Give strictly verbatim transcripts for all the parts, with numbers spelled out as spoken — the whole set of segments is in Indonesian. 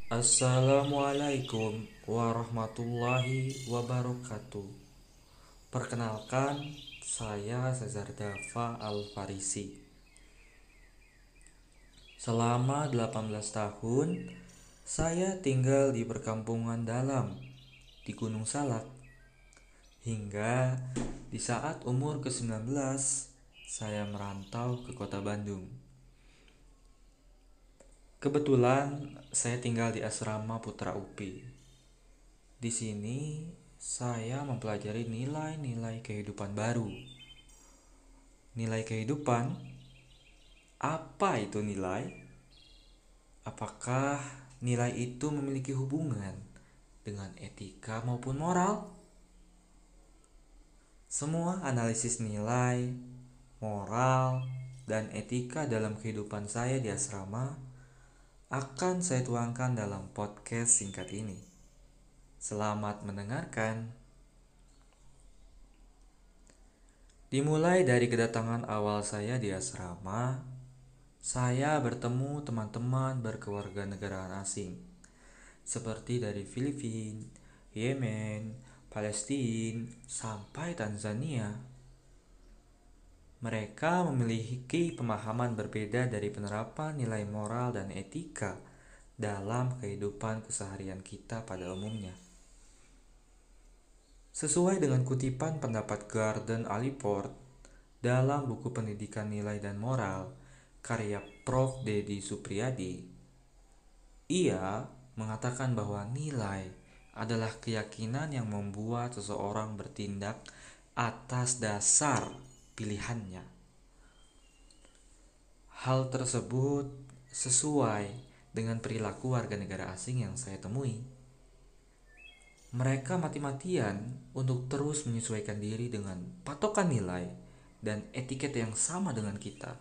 Assalamualaikum warahmatullahi wabarakatuh. Perkenalkan, saya Cesar Dava Al-Farisi. Selama delapan belas tahun, saya tinggal di perkampungan dalam di Gunung Salak. Hingga di saat umur ke sembilan belas, saya merantau ke kota Bandung. Kebetulan saya tinggal di asrama Putra U P I. Di sini saya mempelajari nilai-nilai kehidupan baru. Nilai kehidupan? Apa itu nilai? Apakah nilai itu memiliki hubungan dengan etika maupun moral? Semua analisis nilai, moral, dan etika dalam kehidupan saya di asrama akan saya tuangkan dalam podcast singkat ini. Selamat mendengarkan. Dimulai dari kedatangan awal saya di asrama, saya bertemu teman-teman berkewarganegaraan asing, seperti dari Filipina, Yemen, Palestina, sampai Tanzania. Mereka memiliki pemahaman berbeda dari penerapan nilai moral dan etika dalam kehidupan keseharian kita pada umumnya. Sesuai dengan kutipan pendapat Gordon Allport dalam buku Pendidikan Nilai dan Moral karya Profesor Dedi Supriyadi, ia mengatakan bahwa nilai adalah keyakinan yang membuat seseorang bertindak atas dasar pilihannya. Hal tersebut sesuai dengan perilaku warga negara asing yang saya temui. Mereka mati-matian untuk terus menyesuaikan diri dengan patokan nilai dan etiket yang sama dengan kita.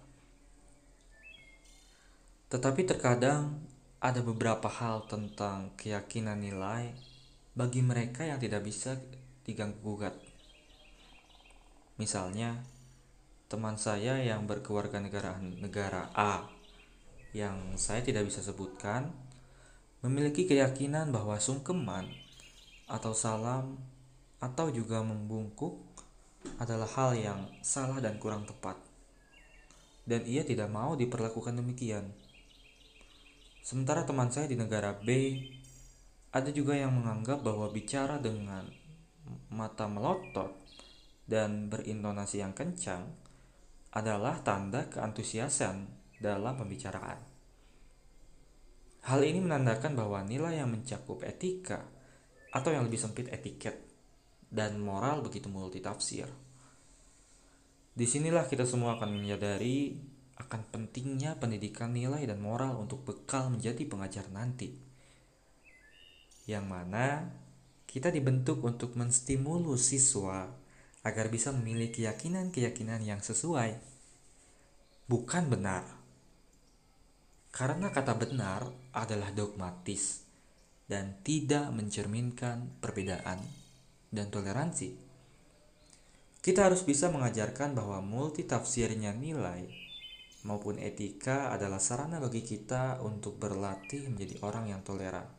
Tetapi terkadang ada beberapa hal tentang keyakinan nilai bagi mereka yang tidak bisa diganggu-gugat. Misalnya, teman saya yang berkewarganegaraan negara A, yang saya tidak bisa sebutkan, memiliki keyakinan bahwa sungkeman atau salam atau juga membungkuk adalah hal yang salah dan kurang tepat, dan ia tidak mau diperlakukan demikian. Sementara teman saya di negara B, ada juga yang menganggap bahwa bicara dengan mata melotot dan berintonasi yang kencang adalah tanda keantusiasan dalam pembicaraan. Hal ini menandakan bahwa nilai yang mencakup etika atau yang lebih sempit etiket dan moral begitu multitafsir. Disinilah kita semua akan menyadari akan pentingnya pendidikan nilai dan moral untuk bekal menjadi pengajar nanti, yang mana kita dibentuk untuk menstimulus siswa agar bisa memiliki keyakinan-keyakinan yang sesuai, bukan benar. Karena kata benar adalah dogmatis dan tidak mencerminkan perbedaan dan toleransi. Kita harus bisa mengajarkan bahwa multitafsirnya nilai maupun etika adalah sarana bagi kita untuk berlatih menjadi orang yang toleran.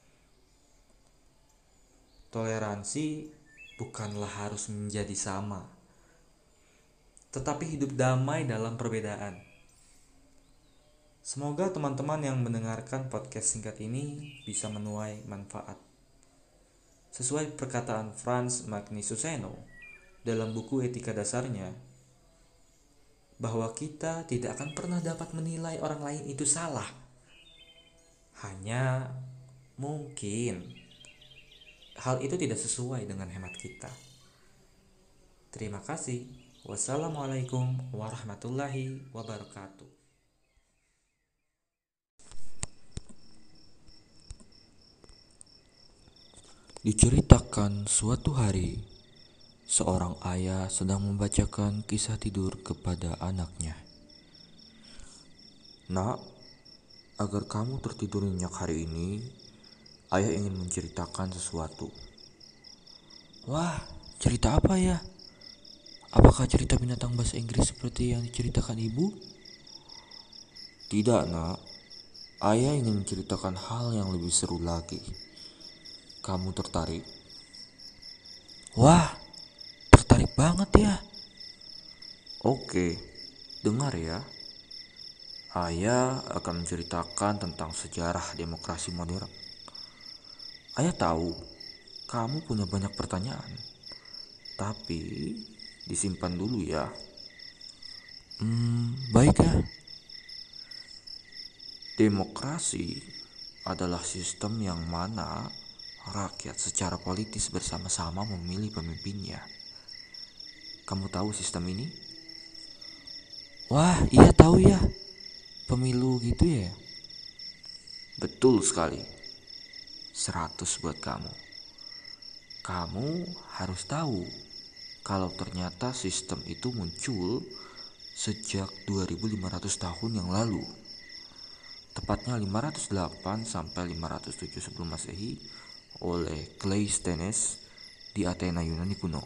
Toleransi bukanlah harus menjadi sama, tetapi hidup damai dalam perbedaan. Semoga teman-teman yang mendengarkan podcast singkat ini bisa menuai manfaat. Sesuai perkataan Franz Magnisuseno dalam buku Etika Dasarnya, bahwa kita tidak akan pernah dapat menilai orang lain itu salah. Hanya mungkin hal itu tidak sesuai dengan hemat kita. Terima kasih. Wassalamualaikum warahmatullahi wabarakatuh. Diceritakan suatu hari, seorang ayah sedang membacakan kisah tidur kepada anaknya. "Nak, agar kamu tertidur nyenyak hari ini, ayah ingin menceritakan sesuatu." "Wah, cerita apa ya? Apakah cerita binatang bahasa Inggris seperti yang diceritakan ibu?" "Tidak, nak. Ayah ingin menceritakan hal yang lebih seru lagi. Kamu tertarik? Wah, tertarik banget ya. Oke, dengar ya. Ayah akan menceritakan tentang sejarah demokrasi modern. Ayah tahu kamu punya banyak pertanyaan, tapi disimpan dulu ya. Hmm, baik ya. Demokrasi adalah sistem yang mana rakyat secara politis bersama-sama memilih pemimpinnya. Kamu tahu sistem ini? Wah, iya tahu ya. Pemilu gitu ya. Betul sekali. Seratus buat kamu. Kamu harus tahu kalau ternyata sistem itu muncul sejak dua ribu lima ratus tahun yang lalu. Tepatnya lima ratus delapan sampai lima ratus tujuh sebelum Masehi oleh Cleisthenes di Athena Yunani kuno.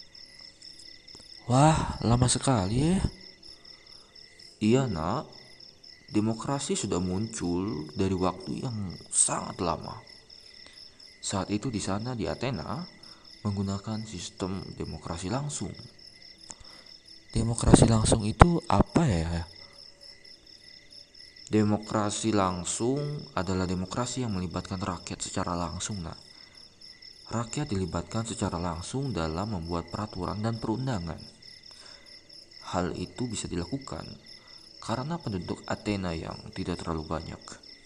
Wah, lama sekali ya. Iya nak, demokrasi sudah muncul dari waktu yang sangat lama. Saat itu di sana di Athena menggunakan sistem demokrasi langsung. Demokrasi langsung itu apa ya? Demokrasi langsung adalah demokrasi yang melibatkan rakyat secara langsung. Nah, rakyat dilibatkan secara langsung dalam membuat peraturan dan perundangan. Hal itu bisa dilakukan karena penduduk Athena yang tidak terlalu banyak.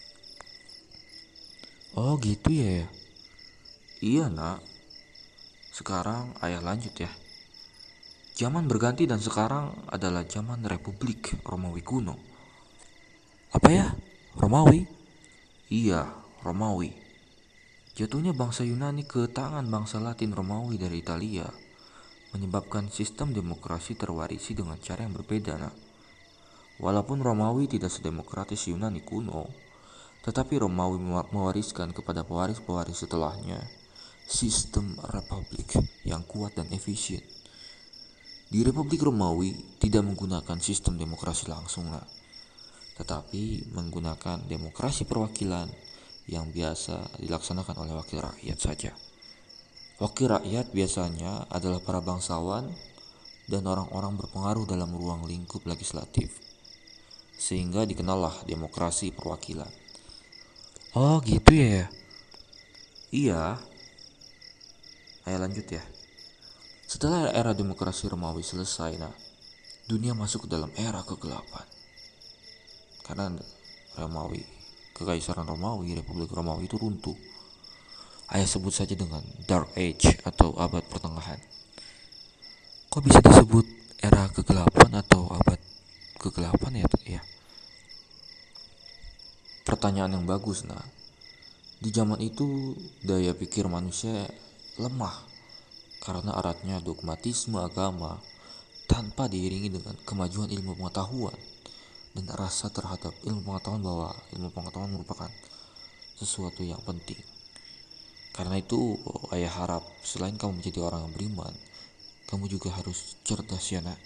Oh gitu ya. Iya nak, sekarang ayah lanjut ya. Zaman berganti dan sekarang adalah zaman Republik Romawi kuno. Apa ya? Romawi? Iya, Romawi. Jatuhnya bangsa Yunani ke tangan bangsa Latin Romawi dari Italia menyebabkan sistem demokrasi terwarisi dengan cara yang berbeda. Nah, walaupun Romawi tidak sedemokratis Yunani kuno, tetapi Romawi mewariskan kepada pewaris-pewaris setelahnya sistem republik yang kuat dan efisien. Di Republik Romawi tidak menggunakan sistem demokrasi langsung, nah, tetapi menggunakan demokrasi perwakilan yang biasa dilaksanakan oleh wakil rakyat saja. Wakil rakyat biasanya adalah para bangsawan dan orang-orang berpengaruh dalam ruang lingkup legislatif, sehingga dikenallah demokrasi perwakilan. Oh gitu ya. Iya, ayo lanjut ya. Setelah era demokrasi Romawi selesai, nah, dunia masuk ke dalam era kegelapan. Karena Romawi, Kekaisaran Romawi, Republik Romawi itu runtuh. Ayah sebut saja dengan Dark Age atau abad pertengahan. Kok bisa disebut era kegelapan atau abad kegelapan ya? Ya. Pertanyaan yang bagus, nah. Di zaman itu daya pikir manusia lemah karena eratnya dogmatisme agama tanpa diiringi dengan kemajuan ilmu pengetahuan dan rasa terhadap ilmu pengetahuan bahwa ilmu pengetahuan merupakan sesuatu yang penting. Karena itu ayah harap selain kamu menjadi orang yang beriman, kamu juga harus cerdas ya nak.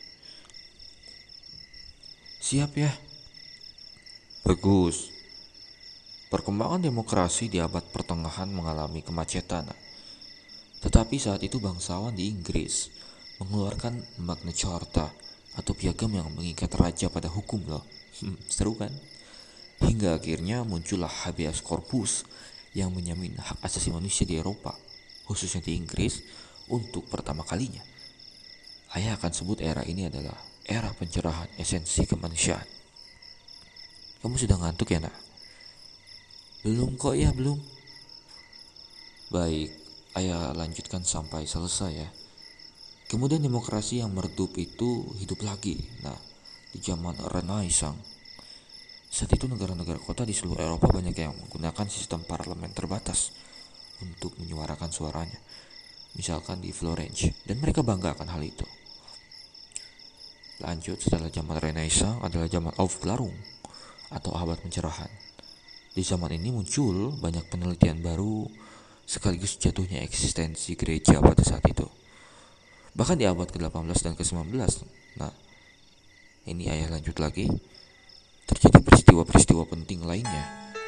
Siap ya. Bagus. Perkembangan demokrasi di abad pertengahan mengalami kemacetan. Tetapi saat itu bangsawan di Inggris mengeluarkan Magna Carta atau piagam yang mengikat raja pada hukum loh. Hmm, seru kan? Hingga akhirnya muncullah habeas corpus yang menjamin hak asasi manusia di Eropa, khususnya di Inggris, untuk pertama kalinya. Ayah akan sebut era ini adalah era pencerahan esensi kemanusiaan. Kamu sudah ngantuk ya nak? Belum kok ya, belum. Baik, ayah lanjutkan sampai selesai ya. Kemudian demokrasi yang meredup itu hidup lagi. Nah, di zaman Renaissance, saat itu negara-negara kota di seluruh Eropa banyak yang menggunakan sistem parlemen terbatas untuk menyuarakan suaranya. Misalkan di Florence, dan mereka bangga akan hal itu. Lanjut, setelah zaman Renaissance adalah zaman Aufklärung atau abad pencerahan. Di zaman ini muncul banyak penelitian baru sekaligus jatuhnya eksistensi gereja pada saat itu. Bahkan di abad ke delapan belas dan ke sembilan belas. Nah, ini ayah lanjut lagi. Terjadi peristiwa-peristiwa penting lainnya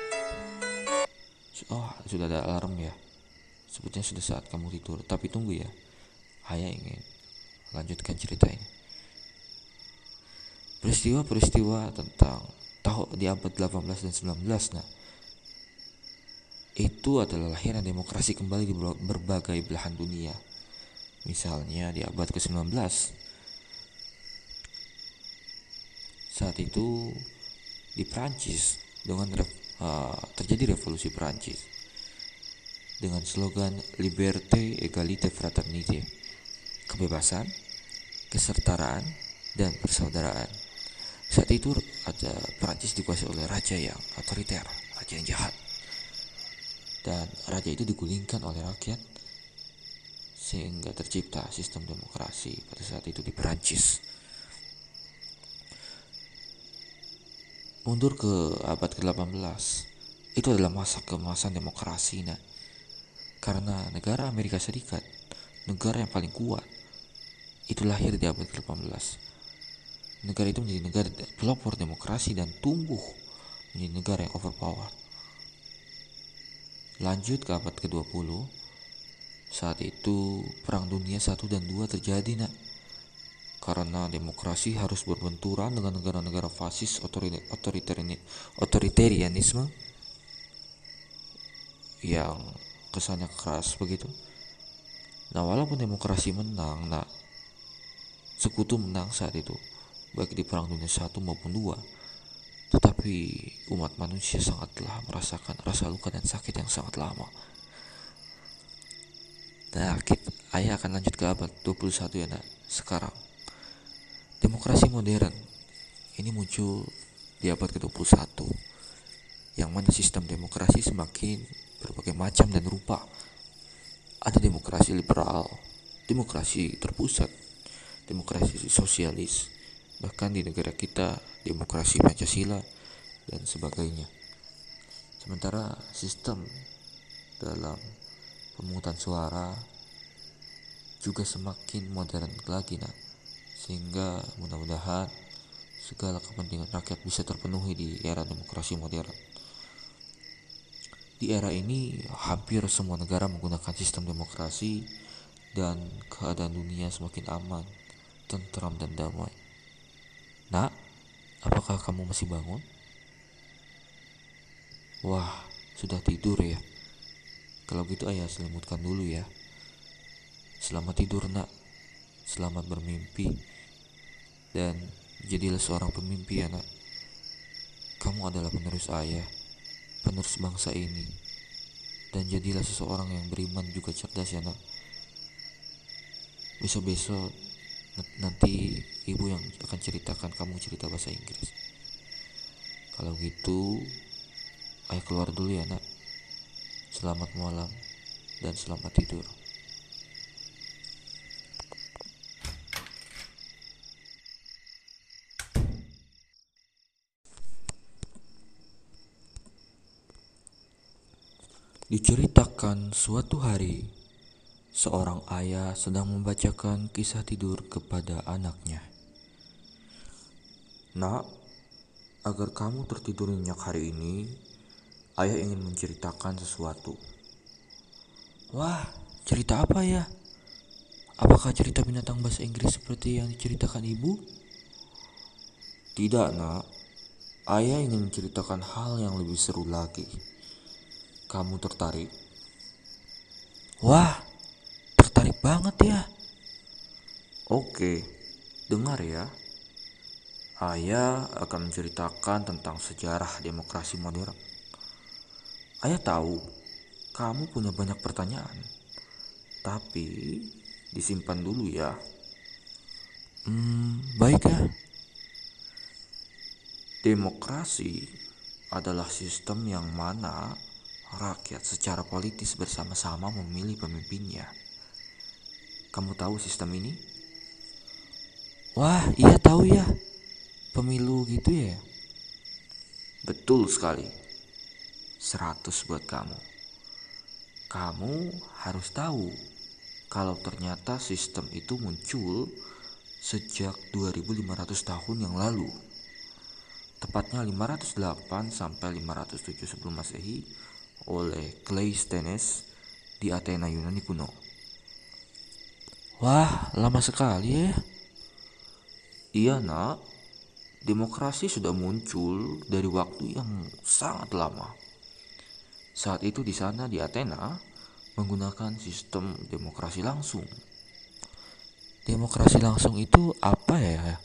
Oh, sudah ada alarm ya. Sepertinya sudah saat kamu tidur. Tapi tunggu ya, ayah ingin lanjutkan cerita ini. Peristiwa-peristiwa tentang tahun di abad delapan belas dan sembilan belas, nah, itu adalah lahirnya demokrasi kembali di berbagai belahan dunia. Misalnya di abad ke sembilan belas, saat itu di Prancis dengan uh, terjadi revolusi Prancis dengan slogan Liberté, Égalité, Fraternité, kebebasan, kesetaraan, dan persaudaraan. Saat itu ada Prancis dikuasai oleh raja yang otoriter, raja yang jahat, dan raja itu digulingkan oleh rakyat sehingga tercipta sistem demokrasi pada saat itu di Prancis. Mundur ke abad ke delapan belas, itu adalah masa keemasan demokrasi, nah, karena negara Amerika Serikat, negara yang paling kuat, itu lahir di abad ke delapan belas. Negara itu menjadi negara pelopor demokrasi dan tumbuh menjadi negara yang overpower. Lanjut ke abad ke dua puluh, saat itu perang dunia satu dan dua terjadi, nak. Karena demokrasi harus berbenturan dengan negara-negara fasis otoritarianisme yang kesannya keras begitu. Nah, walaupun demokrasi menang, nah, sekutu menang saat itu, baik di perang dunia satu maupun dua, tetapi umat manusia sangatlah merasakan rasa luka dan sakit yang sangat lama. Nah, kita, ayah akan lanjut ke abad dua puluh satu ya, nak. Sekarang demokrasi modern ini muncul di abad ke dua puluh satu, yang mana sistem demokrasi semakin berbagai macam dan rupa. Ada demokrasi liberal, demokrasi terpusat, demokrasi sosialis, bahkan di negara kita demokrasi Pancasila dan sebagainya. Sementara sistem dalam pemungutan suara juga semakin modern lagi, nah, sehingga mudah-mudahan segala kepentingan rakyat bisa terpenuhi di era demokrasi modern. Di era ini hampir semua negara menggunakan sistem demokrasi dan keadaan dunia semakin aman, tentram dan damai. Nak, apakah kamu masih bangun? Wah, sudah tidur ya. Kalau gitu ayah selimutkan dulu ya. Selamat tidur, nak. Selamat bermimpi. Dan jadilah seorang pemimpi ya, nak. Kamu adalah penerus ayah, penerus bangsa ini. Dan jadilah seseorang yang beriman juga cerdas ya, nak. Besok-besok nanti ibu yang akan ceritakan kamu cerita bahasa Inggris. Kalau gitu ayah keluar dulu ya, nak. Selamat malam dan selamat tidur. Diceritakan suatu hari, seorang ayah sedang membacakan kisah tidur kepada anaknya. Nak, agar kamu tertidur nyenyak hari ini, ayah ingin menceritakan sesuatu. Wah, cerita apa ya? Apakah cerita binatang bahasa Inggris seperti yang diceritakan ibu? Tidak, nak. Ayah ingin menceritakan hal yang lebih seru lagi. Kamu tertarik? Wah, tertarik banget ya. Oke, dengar ya. Ayah akan menceritakan tentang sejarah demokrasi modern. Ayah tahu kamu punya banyak pertanyaan, tapi disimpan dulu ya. Hmm, baik ya. Demokrasi adalah sistem yang mana rakyat secara politis bersama-sama memilih pemimpinnya. Kamu tahu sistem ini? Wah, iya tahu ya. Pemilu gitu ya? Betul sekali. Seratus buat kamu. Kamu harus tahu kalau ternyata sistem itu muncul sejak dua ribu lima ratus tahun yang lalu. Tepatnya lima ratus delapan sampai lima ratus tujuh sebelum Masehi, oleh Cleisthenes di Athena Yunani kuno. Wah, lama sekali ya. Iya nak, demokrasi sudah muncul dari waktu yang sangat lama. Saat itu di sana di Athena menggunakan sistem demokrasi langsung. Demokrasi langsung itu apa ya?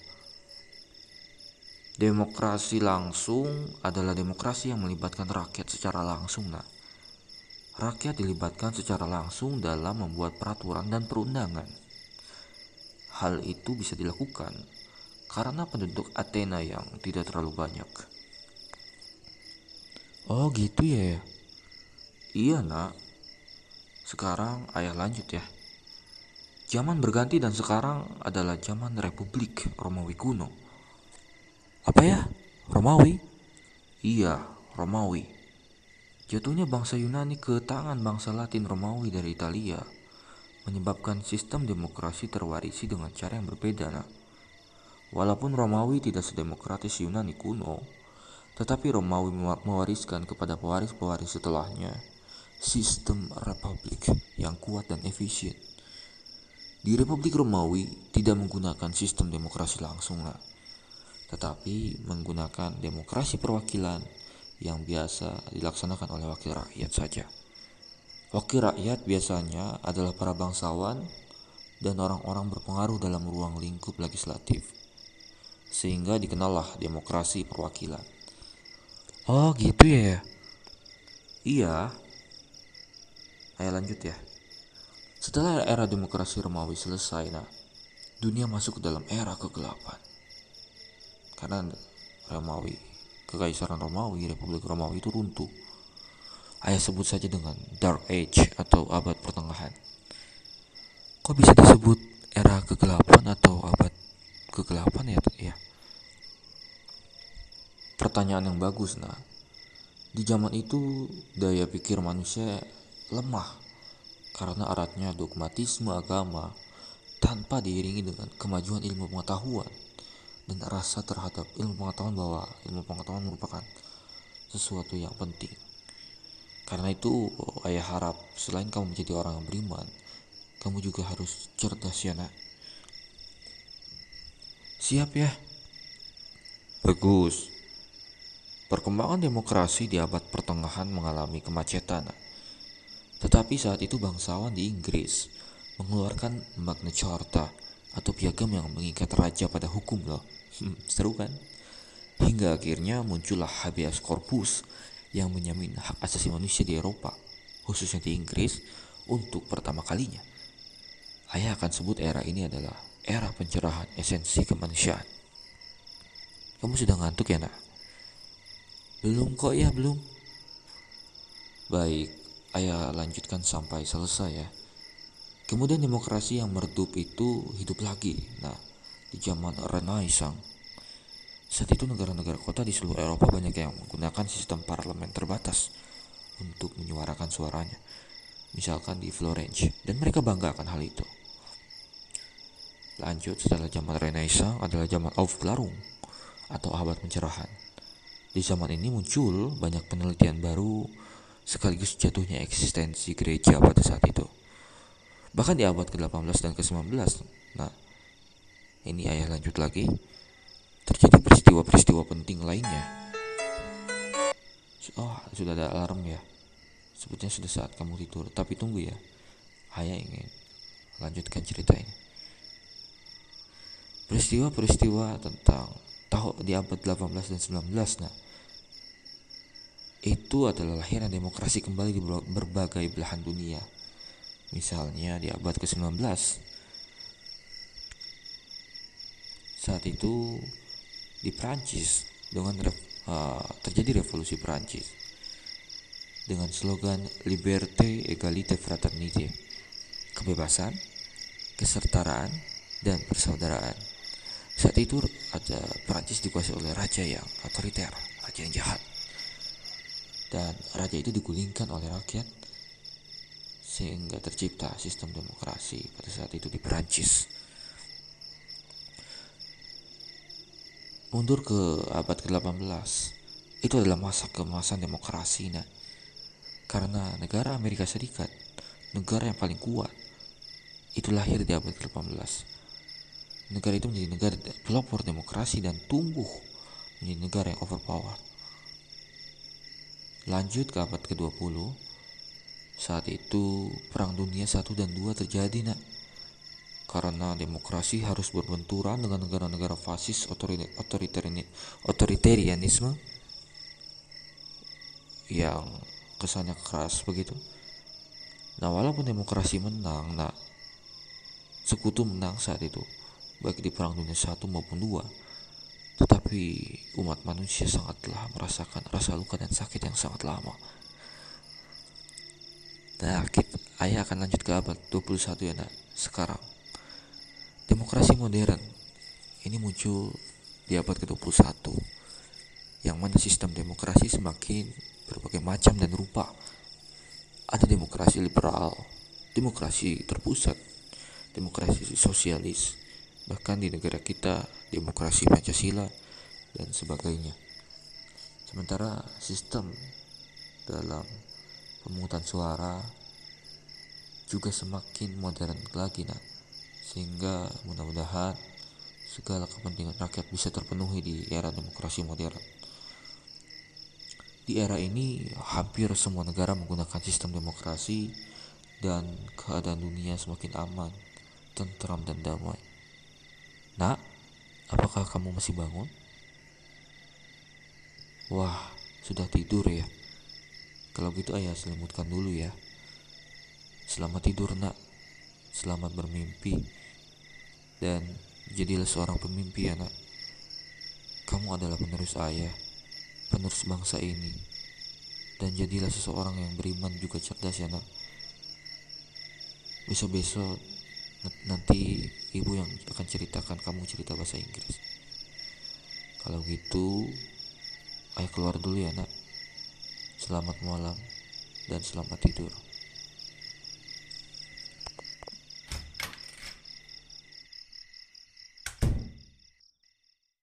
Demokrasi langsung adalah demokrasi yang melibatkan rakyat secara langsung nak. Rakyat dilibatkan secara langsung dalam membuat peraturan dan perundangan. Hal itu bisa dilakukan karena penduduk Athena yang tidak terlalu banyak. Oh gitu ya. Iya nak, sekarang ayah lanjut ya. Zaman berganti dan sekarang adalah zaman Republik Romawi kuno. Apa ya? Romawi? Iya, Romawi. Jatuhnya bangsa Yunani ke tangan bangsa Latin Romawi dari Italia menyebabkan sistem demokrasi terwarisi dengan cara yang berbeda nak. Walaupun Romawi tidak sedemokratis Yunani kuno, tetapi Romawi mewariskan kepada pewaris-pewaris setelahnya sistem republik yang kuat dan efisien. Di Republik Romawi tidak menggunakan sistem demokrasi langsung lah, tetapi menggunakan demokrasi perwakilan yang biasa dilaksanakan oleh wakil rakyat saja. Wakil rakyat biasanya adalah para bangsawan dan orang-orang berpengaruh dalam ruang lingkup legislatif, sehingga dikenallah demokrasi perwakilan. Oh gitu ya. Iya, ayo lanjut ya. Setelah era demokrasi Romawi selesai, nah, dunia masuk ke dalam era kegelapan. Karena Romawi, Kekaisaran Romawi, Republik Romawi itu runtuh. Ayah sebut saja dengan Dark Age atau abad pertengahan. Kok bisa disebut era kegelapan atau abad kegelapan ya? Ya. Pertanyaan yang bagus nah. Di zaman itu daya pikir manusia lemah karena eratnya dogmatisme agama tanpa diiringi dengan kemajuan ilmu pengetahuan dan rasa terhadap ilmu pengetahuan bahwa ilmu pengetahuan merupakan sesuatu yang penting. Karena itu ayah harap selain kamu menjadi orang yang beriman, kamu juga harus cerdas ya nak. Siap ya. Bagus. Perkembangan demokrasi di abad pertengahan mengalami kemacetan. Tetapi saat itu bangsawan di Inggris mengeluarkan Magna Carta atau piagam yang mengikat raja pada hukum loh. Hmm, seru kan? Hingga akhirnya muncullah habeas corpus yang menjamin hak asasi manusia di Eropa, khususnya di Inggris, untuk pertama kalinya. Ayah akan sebut era ini adalah era pencerahan esensi kemanusiaan. Kamu sudah ngantuk ya nak? Belum kok ya, belum. Baik, ayah lanjutkan sampai selesai ya. Kemudian demokrasi yang meredup itu hidup lagi. Nah, di zaman Renaissance. Saat itu negara-negara kota di seluruh Eropa banyak yang menggunakan sistem parlemen terbatas untuk menyuarakan suaranya. Misalkan di Florence, dan mereka bangga akan hal itu. Lanjut, setelah zaman Renaissance adalah zaman Aufklärung atau abad pencerahan. Di zaman ini muncul banyak penelitian baru sekaligus jatuhnya eksistensi gereja pada saat itu. Bahkan di abad ke delapan belas dan ke sembilan belas. Nah, ini ayah lanjut lagi. Terjadi peristiwa-peristiwa penting lainnya. Oh, sudah ada alarm ya. Sebetulnya sudah saat kamu tidur. Tapi tunggu ya, ayah ingin lanjutkan cerita ini. Peristiwa-peristiwa tentang tahun di abad delapan belas dan sembilan belas. Nah, itu adalah lahirnya demokrasi kembali di berbagai belahan dunia. Misalnya di abad ke sembilan belas. Saat itu di Prancis dengan uh, terjadi revolusi Prancis dengan slogan Liberté, Égalité, Fraternité, kebebasan, kesetaraan, dan persaudaraan. Saat itu ada Prancis dikuasai oleh raja yang otoriter, raja yang jahat, dan raja itu digulingkan oleh rakyat sehingga tercipta sistem demokrasi pada saat itu di Prancis. Mundur ke abad ke delapan belas, itu adalah masa keemasan demokrasi. Nah, Karena negara Amerika Serikat, negara yang paling kuat, itu lahir di abad ke delapan belas. Negara itu menjadi negara pelopor demokrasi dan tumbuh menjadi negara yang overpower. Lanjut ke abad ke dua puluh, saat itu perang dunia satu dan dua terjadi nak. Karena demokrasi harus berbenturan dengan negara-negara fasis otoritarianisme yang kesannya keras begitu. Nah, walaupun demokrasi menang, nah sekutu menang saat itu, baik di perang dunia satu maupun dua, tetapi umat manusia sangatlah merasakan rasa luka dan sakit yang sangat lama. Nah, kita, ayah akan lanjut ke abad dua puluh satu ya nak. Sekarang demokrasi modern ini muncul di abad ke dua puluh satu, yang mana sistem demokrasi semakin berbagai macam dan rupa. Ada demokrasi liberal, demokrasi terpusat, demokrasi sosialis, bahkan di negara kita demokrasi Pancasila dan sebagainya. Sementara sistem dalam pemungutan suara juga semakin modern lagi nah, sehingga mudah-mudahan segala kepentingan rakyat bisa terpenuhi di era demokrasi modern. Di era ini hampir semua negara menggunakan sistem demokrasi dan keadaan dunia semakin aman, tentram dan damai. Nak, apakah kamu masih bangun? Wah, sudah tidur ya. Kalau gitu ayah selimutkan dulu ya. Selamat tidur nak. Selamat bermimpi. Dan jadilah seorang pemimpi ya nak. Kamu adalah penerus ayah, penerus bangsa ini. Dan jadilah seseorang yang beriman juga cerdas ya nak. Besok-besok nanti ibu yang akan ceritakan kamu cerita bahasa Inggris. Kalau gitu ayah keluar dulu ya nak. Selamat malam dan selamat tidur.